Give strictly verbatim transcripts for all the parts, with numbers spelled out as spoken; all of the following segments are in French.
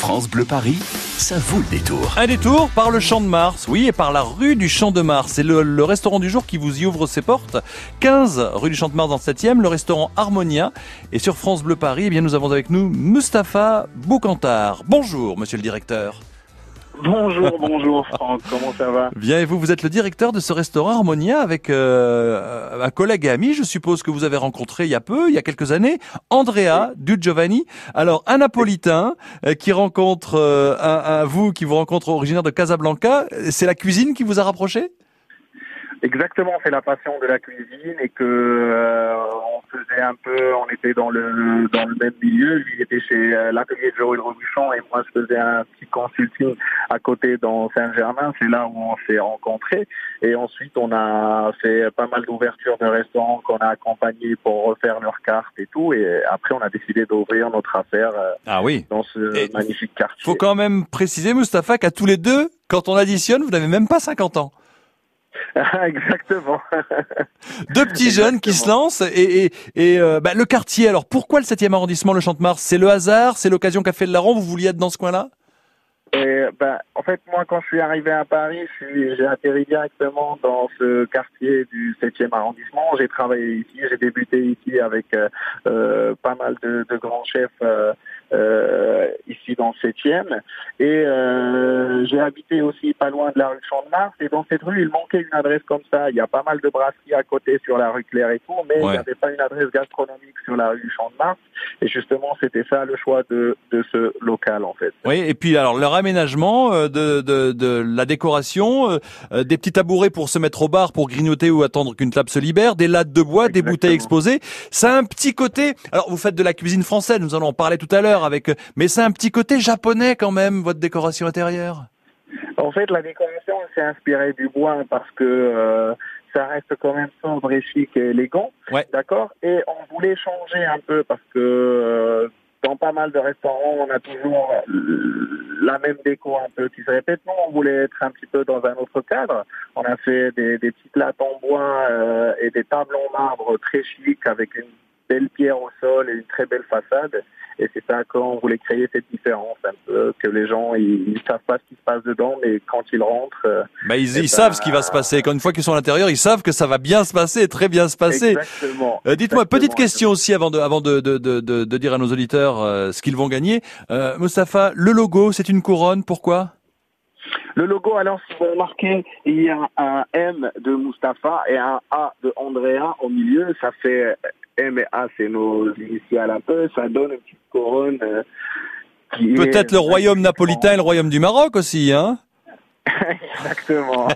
France Bleu Paris, ça vaut le détour. Un détour par le Champ de Mars, oui, et par la rue du Champ de Mars. C'est le, le restaurant du jour qui vous y ouvre ses portes. quinze rue du Champ de Mars dans le septième, le restaurant Harmonia. Et sur France Bleu Paris, eh bien, nous avons avec nous Mustapha Boucantard. Bonjour, monsieur le directeur. Bonjour, bonjour Franck, comment ça va? Bien, et vous, vous êtes le directeur de ce restaurant Harmonia avec euh, un collègue et ami, je suppose que vous avez rencontré il y a peu, il y a quelques années, Andrea Du Giovanni. Alors, un Napolitain euh, qui rencontre euh, un, un vous, qui vous rencontre originaire de Casablanca, c'est la cuisine qui vous a rapproché? Exactement, c'est la passion de la cuisine et que euh, on faisait un peu, on était dans le dans le même milieu. Lui il était chez euh, l'atelier de Joël Robuchon et moi je faisais un petit consulting à côté dans Saint-Germain. C'est là où on s'est rencontrés et ensuite on a fait pas mal d'ouvertures de restaurants qu'on a accompagnés pour refaire leurs cartes et tout. Et après on a décidé d'ouvrir notre affaire euh, ah oui. dans ce et magnifique quartier. Faut quand même préciser, Mustapha, qu'à tous les deux, quand on additionne, vous n'avez même pas cinquante ans. Exactement. Deux petits Exactement. jeunes qui se lancent et, et, et euh, bah, le quartier. Alors pourquoi le septième arrondissement, le Champ de Mars? C'est le hasard, c'est l'occasion qu'a fait le larron. Vous vouliez être dans ce coin-là? Et ben, en fait, moi, quand je suis arrivé à Paris, je suis, j'ai atterri directement dans ce quartier du septième arrondissement. J'ai travaillé ici, j'ai débuté ici avec euh, euh, pas mal de, de grands chefs euh, euh, ici dans le septième. Et euh, j'ai habité aussi pas loin de la rue Champ de Mars. Et dans cette rue, il manquait une adresse comme ça. Il y a pas mal de brasseries à côté sur la rue Claire et tout, mais ouais. Il n'y avait pas une adresse gastronomique sur la rue Champ de Mars. Et justement, c'était ça le choix de, de ce local, en fait. Oui, et puis alors leur aménagement euh, de, de, de la décoration, euh, des petits tabourets pour se mettre au bar, pour grignoter ou attendre qu'une table se libère, des lattes de bois, Exactement. Des bouteilles exposées. Ça a un petit côté. Alors vous faites de la cuisine française, nous allons en parler tout à l'heure avec, mais c'est un petit côté japonais quand même, votre décoration intérieure. En fait, la décoration s'est inspirée du bois parce que euh, ça reste quand même sobre et chic et élégant, ouais. D'accord. Et on voulait changer un peu parce que euh, dans pas mal de restaurants, on a toujours la même déco un peu qui se répète. Nous, on voulait être un petit peu dans un autre cadre. On a fait des, des petites lattes en bois euh, et des tables en marbre très chic avec une belle pierre au sol et une très belle façade. Et c'est ça qu'on voulait créer cette différence un peu, que les gens ils, ils savent pas ce qui se passe dedans, mais quand ils rentrent, euh, bah ils, ils ben, savent ce qui va se passer. Quand une fois qu'ils sont à l'intérieur, ils savent que ça va bien se passer, très bien se passer. Exactement. Euh, dites-moi, exactement, petite question aussi avant de avant de de de, de, de dire à nos auditeurs euh, ce qu'ils vont gagner. Euh, Mustapha, le logo, c'est une couronne. Pourquoi? Le logo, alors, si vous remarquez, il y a un M de Mustapha et un A de Andrea au milieu. Ça fait M et A, c'est nos initiales un peu. Ça donne une petite couronne. Euh, qui Peut-être est le royaume napolitain et le royaume du Maroc aussi, hein? Exactement.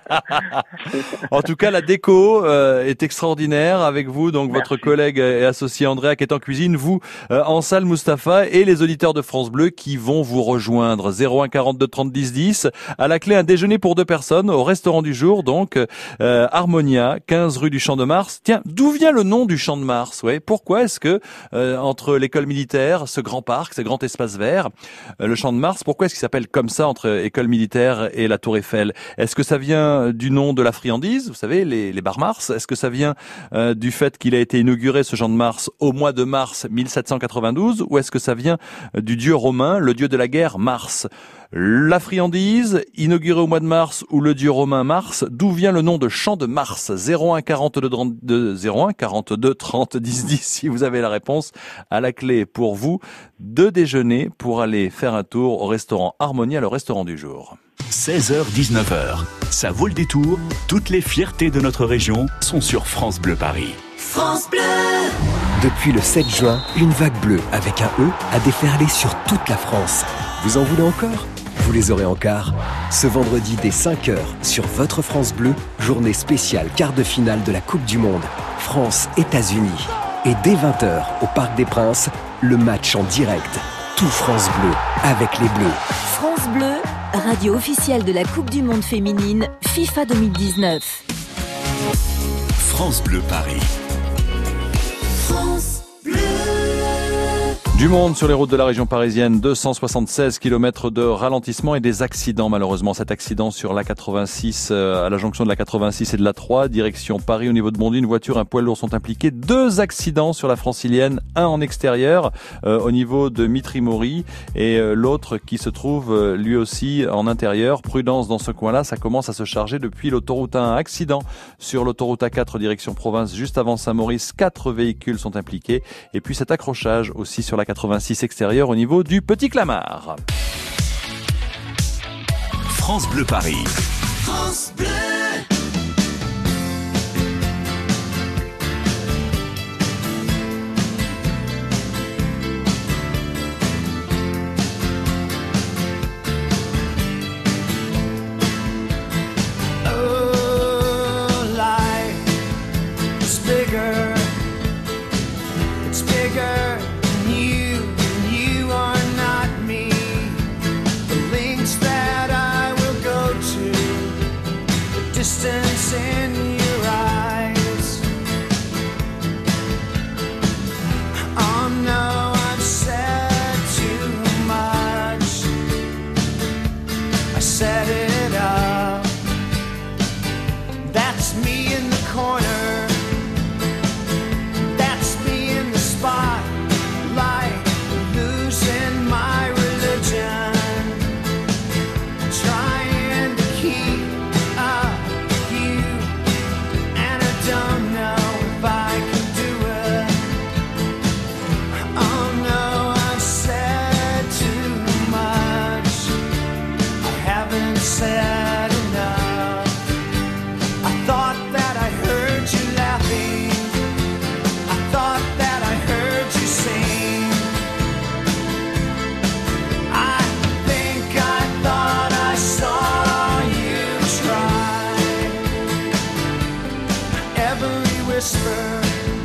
En tout cas, la déco euh, est extraordinaire avec vous, donc Merci. Votre collègue et associé Andrea qui est en cuisine, vous euh, en salle Mustapha et les auditeurs de France Bleu qui vont vous rejoindre. zéro un quarante-deux trente dix dix. À la clé, un déjeuner pour deux personnes au restaurant du jour, donc euh, Harmonia, quinze rue du Champ de Mars. Tiens, d'où vient le nom du Champ de Mars? Ouais, pourquoi est-ce que euh, entre l'école militaire, ce grand parc, ce grand espace vert, euh, le Champ de Mars, pourquoi est-ce qu'il s'appelle comme ça entre école militaire et la Tour Eiffel? Est-ce que ça vient du nom de la friandise, vous savez, les, les bars Mars? Est-ce que ça vient euh, du fait qu'il a été inauguré, ce Champ de Mars, au mois de mars mille sept cent quatre-vingt-douze? Ou est-ce que ça vient du dieu romain, le dieu de la guerre, Mars? La friandise, inaugurée au mois de mars, ou le dieu romain Mars, d'où vient le nom de Champ de Mars? zéro un quarante-deux trente-deux, zéro un quarante-deux trente dix dix si vous avez la réponse. À la clé pour vous, de déjeuner pour aller faire un tour au restaurant Harmonia, le restaurant du jour. seize heures dix-neuf heures, ça vaut le détour. Toutes les fiertés de notre région sont sur France Bleu Paris. France Bleu. Depuis le sept juin, une vague bleue avec un E a déferlé sur toute la France. Vous en voulez encore ? Vous les aurez en quart. Ce vendredi dès cinq heures sur votre France Bleu, journée spéciale quart de finale de la Coupe du Monde. France-États-Unis. Et dès vingt heures au Parc des Princes, le match en direct. Tout France Bleu avec les Bleus. France Bleu, radio officielle de la Coupe du Monde féminine FIFA deux mille dix-neuf. France Bleu Paris. France Bleu. Du Du monde sur les routes de la région parisienne, deux cent soixante-seize kilomètres de ralentissement et des accidents malheureusement. Cet accident sur l'A quatre-vingt-six, euh, à la jonction de l'A quatre-vingt-six et de l'A trois, direction Paris au niveau de Bondy. Une voiture, un poids lourd sont impliqués. Deux accidents sur la francilienne, un en extérieur euh, au niveau de Mitry-Mory et euh, l'autre qui se trouve euh, lui aussi en intérieur. Prudence dans ce coin-là, ça commence à se charger depuis l'autoroute un. Accident sur l'autoroute A quatre direction province juste avant Saint-Maurice. Quatre véhicules sont impliqués et puis cet accrochage aussi sur la quatre-vingt-six extérieur au niveau du Petit Clamart. France Bleu Paris. France Bleu. Oh, life is bigger. It's bigger. Distance in your eyes. Oh no, I've said too much. I set it up. That's me in the corner. That's me in the spotlight, losing my religion. Trying to keep up. Don't know if I can do it. Oh no, I've said too much. I haven't said enough. I thought that I heard you laughing. I thought that I heard you sing. I think I thought I saw you try. Every whisper,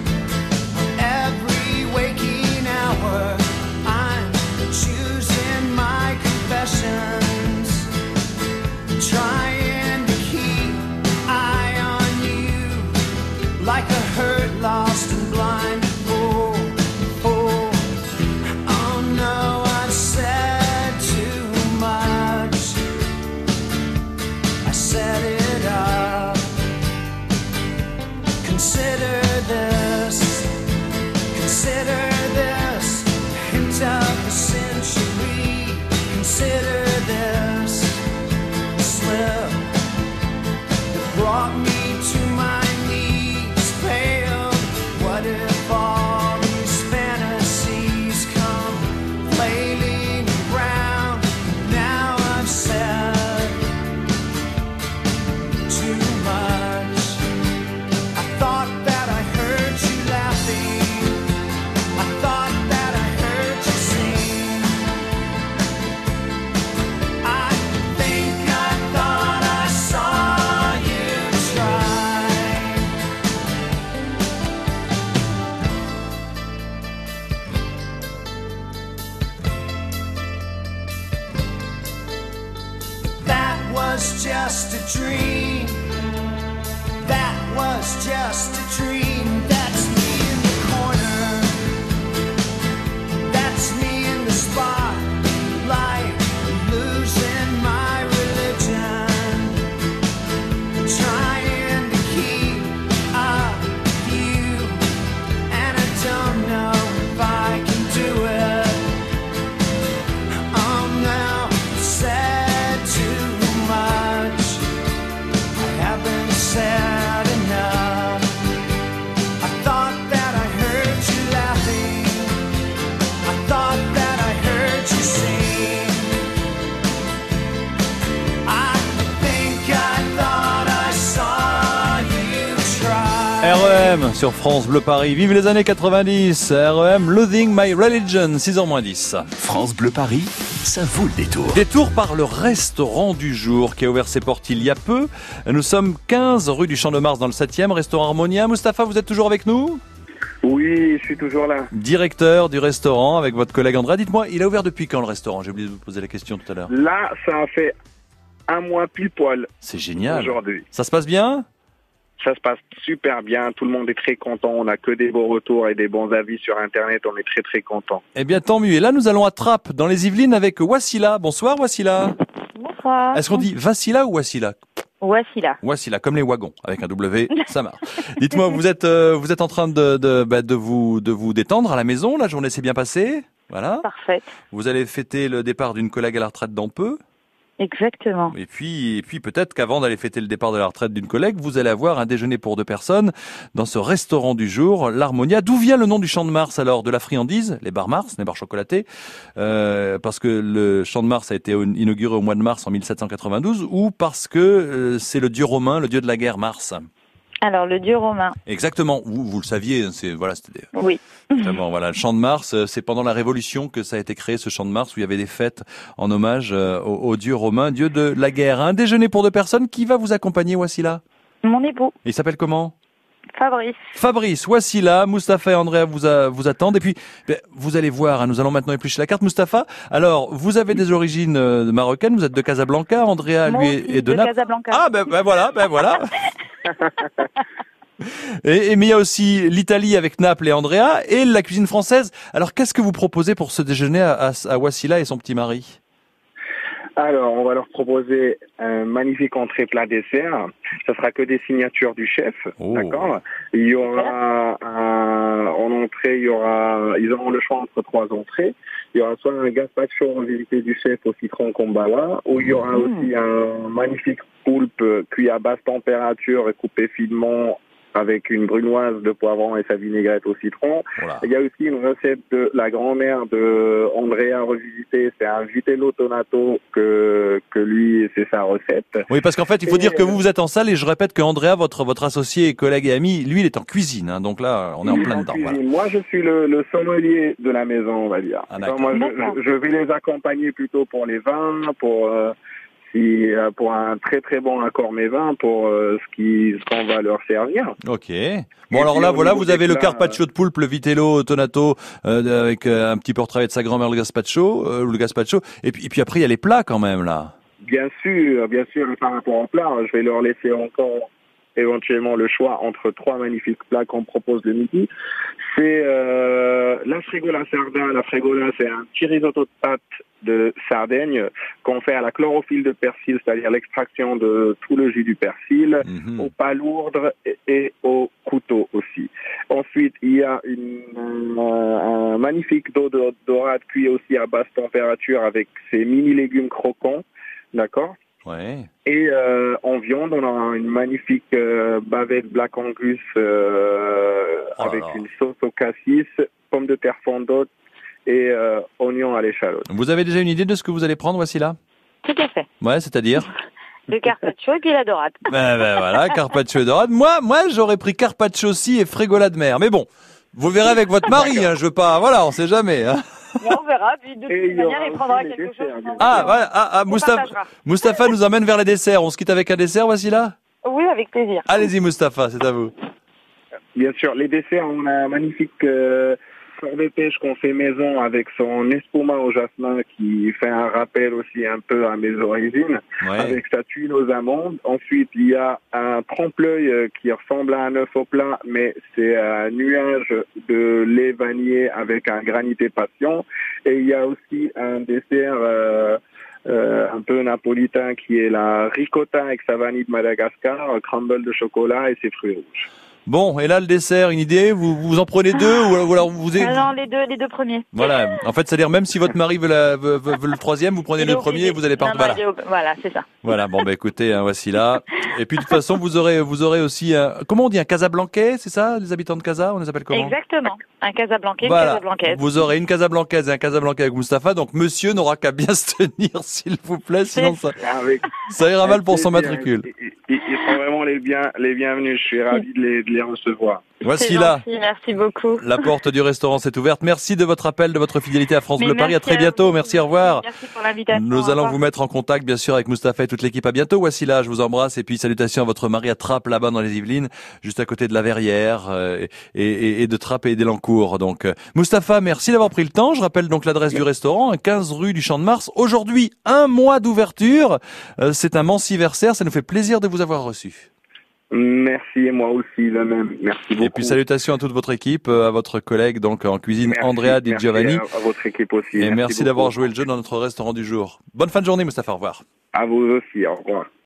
every waking hour, I'm choosing my confessions, trying to keep eye on you, like a hurt, lost and blind fool. Oh, oh no, I've said too much. I set it up. Consider this, consider this, hint of the century. Consider this slip that brought me to my knees, pale. What if all these fantasies come flailing around? Now I've said too much. Thought that I heard you laughing. I thought that I heard you sing. I think I thought I saw you try. That was just a dream. That was just a dream. That's me in the corner. That's me in the spotlight, losing my religion. Trying to keep up with you, and I don't know if I can do it. Oh no, I've said too much. I haven't said enough. I thought that I heard you laughing. I thought that I heard you sing. I think I thought I saw you try. R E M sur France Bleu Paris. Vive les années quatre-vingt-dix. R E M, Losing My Religion, six heures moins dix. France Bleu Paris, ça vaut le détour. Détour par le restaurant du jour qui a ouvert ses portes il y a peu. Nous sommes quinze rue du Champ de Mars dans le septième, restaurant Harmonia. Moustapha, vous êtes toujours avec nous ? Oui, je suis toujours là. Directeur du restaurant avec votre collègue André. Dites-moi, il a ouvert depuis quand le restaurant ? J'ai oublié de vous poser la question tout à l'heure. Là, ça a fait un mois pile poil. C'est génial. Aujourd'hui. Ça se passe bien ? Ça se passe super bien, tout le monde est très content, on n'a que des beaux retours et des bons avis sur Internet, on est très très content. Eh bien, tant mieux. Et là, nous allons à Trappes, dans les Yvelines, avec Wassila. Bonsoir, Wassila. Bonsoir. Est-ce qu'on dit Wassila ou Wassila? Wassila. Wassila, comme les wagons, avec un W, ça marche. Dites-moi, vous êtes, euh, vous êtes en train de, de, bah, de vous, de vous détendre à la maison. La journée s'est bien passée. Voilà. Parfait. Vous allez fêter le départ d'une collègue à la retraite dans peu. Exactement. Et puis, et puis peut-être qu'avant d'aller fêter le départ de la retraite d'une collègue, vous allez avoir un déjeuner pour deux personnes dans ce restaurant du jour, l'Harmonia. D'où vient le nom du Champ de Mars alors? De la friandise, les bars Mars, les bars chocolatés, euh, parce que le Champ de Mars a été inauguré au mois de mars en mille sept cent quatre-vingt-douze, ou parce que euh, c'est le dieu romain, le dieu de la guerre Mars? Alors, le dieu romain. Exactement. Vous, vous le saviez, c'est voilà, c'était. Oui. Vraiment, voilà, le Champ de Mars, c'est pendant la Révolution que ça a été créé, ce Champ de Mars, où il y avait des fêtes en hommage euh, au, au dieu romain, dieu de la guerre. Un déjeuner pour deux personnes. Qui va vous accompagner, Wassila? Mon époux. Il s'appelle comment? Fabrice. Fabrice, Wassila, Mustapha et Andrea vous, a, vous attendent. Et puis, ben, vous allez voir, hein, nous allons maintenant éplucher la carte. Mustapha, alors, vous avez des origines euh, marocaines, vous êtes de Casablanca, Andrea, Moi lui, aussi, est de de Naples. Casablanca. Ah, ben, ben voilà, ben voilà. Et, et mais il y a aussi l'Italie avec Naples et Andrea et la cuisine française. Alors qu'est-ce que vous proposez pour ce déjeuner à, à, à Wassila et son petit mari? Alors, on va leur proposer un magnifique entrée plat dessert. Ça sera que des signatures du chef, Oh. d'accord. Il y aura un, en entrée, il y aura, ils auront le choix entre trois entrées. Il y aura soit un gazpacho revisité du chef au citron kombawa, ou il y aura aussi un magnifique poulpe cuit à basse température et coupé finement avec une brunoise de poivron et sa vinaigrette au citron. Voilà. Il y a aussi une recette de la grand-mère de Andrea revisité, c'est un vitello tonato que, que lui, c'est sa recette. Oui, parce qu'en fait, il faut Et dire que vous, vous êtes en salle et je répète que Andrea, votre, votre associé, collègue et ami, lui, il est en cuisine. Hein, donc là, on est en plein dedans. cuisine. Voilà. Moi, je suis le, le sommelier de la maison, on va dire. Ah, d'accord. Moi, je, je vais les accompagner plutôt pour les vins, pour... Euh, si, euh, pour un très très bon accord mes vins, pour euh, ce qui ce qu'on va leur servir. Ok. Bon, Et alors puis, là, au voilà, niveau vous avez des le plats, carpaccio de poulpe, le vitello tonato, euh, avec euh, un petit portrait de sa grand-mère, le gazpacho, euh, ou le gazpacho. Et puis, et puis après, il y a les plats quand même, là. Bien sûr, bien sûr, par rapport au plat, je vais leur laisser encore éventuellement le choix entre trois magnifiques plats qu'on propose le midi. C'est euh, la frigola sarda. La frigola, c'est un petit risotto de pâtes de Sardaigne qu'on fait à la chlorophylle de persil, c'est-à-dire l'extraction de tout le jus du persil, Mhm. au palourdre et, et au couteau aussi. Ensuite, il y a une, euh, un magnifique dos de dorade cuit aussi à basse température avec ses mini légumes croquants, d'accord? Ouais. Et euh, en viande, on a une magnifique euh, bavette Black Angus euh, Oh là avec là. une sauce au cassis, pommes de terre fondantes et euh, oignons à l'échalote. Vous avez déjà une idée de ce que vous allez prendre, Wassila? Tout à fait. Ouais, c'est-à-dire? Le carpaccio et puis la dorade. Ben, ben voilà, carpaccio et dorade. Moi, moi, j'aurais pris carpaccio aussi et frégola de mer. Mais bon, vous verrez avec votre mari, hein, je veux pas, voilà, on sait jamais, hein. Mais on verra, puis de Et il toute y aura manière, il aussi prendra les quelque chose. desserts, bien Ah, voilà, ah, ah, On Moustapha, partagera. Moustapha nous emmène vers les desserts. On se quitte avec un dessert, Wassila? Oui, avec plaisir. Allez-y, Moustapha, c'est à vous. Bien sûr, les desserts, on a un magnifique euh, fort de pêche qu'on fait maison avec son espuma au jasmin qui fait un rappel aussi un peu à mes origines, Ouais. avec sa tuile aux amandes. Ensuite, il y a un trompe-l'œil euh, qui ressemble à un œuf au plat, mais c'est un nuage de lait vanillé avec un granité passion. Et il y a aussi un dessert euh, euh, un peu napolitain qui est la ricotta avec sa vanille de Madagascar, un crumble de chocolat et ses fruits rouges. Bon, et là, le dessert, une idée? Vous, vous en prenez deux ou, ou alors vous... Ah non, les deux, les deux premiers. Voilà. En fait, c'est-à-dire même si votre mari veut, la, veut, veut- veut le troisième, vous prenez Il est le premier obligé. et vous allez Non, pas... non, Voilà. il est ob- Voilà, c'est ça. Voilà. Bon, bah écoutez, hein, voici là. Et puis de toute façon, vous aurez, vous aurez aussi un... Comment on dit, un Casablancais, c'est ça? Les habitants de Casa, on les appelle comment? Exactement. Un Casablancais, une Voilà. Casablancaise. Vous aurez une Casablancaise et un Casablancais avec Moustapha. Donc monsieur n'aura qu'à bien se tenir, s'il vous plaît, sinon ça, Avec ça ira mal pour son plaisir. matricule. Ils, ils- ils sont vraiment les, bien, les bienvenus. Je suis ravi de les, de les recevoir. Voici C'est là. gentil, merci beaucoup. La porte du restaurant s'est ouverte. Merci de votre appel, de votre fidélité à France Mais Bleu Paris. À merci très bientôt. vous. Merci, au revoir. Merci pour l'invitation. Nous Au allons revoir. vous mettre en contact, bien sûr, avec Moustapha et toute l'équipe. À bientôt. Voici là, je vous embrasse. Et puis, salutations à votre mari à Trappes, là-bas dans les Yvelines, juste à côté de la Verrière, euh, et, et, et de Trappes et d'Elancourt. Donc, euh, Moustapha, merci d'avoir pris le temps. Je rappelle donc l'adresse du restaurant, quinze rue du Champ de Mars. Aujourd'hui, un mois d'ouverture. Euh, c'est un mensiversaire. Ça nous fait plaisir de vous avoir reçu. Merci, et moi aussi, le même. Merci beaucoup. Et puis salutations à toute votre équipe, euh, à votre collègue donc en cuisine, Merci, Andrea Di merci Giovanni. à, à votre équipe aussi. Et merci, beaucoup. d'avoir joué le jeu dans notre restaurant du jour. Bonne fin de journée, Mustapha, au revoir. À vous aussi, au revoir.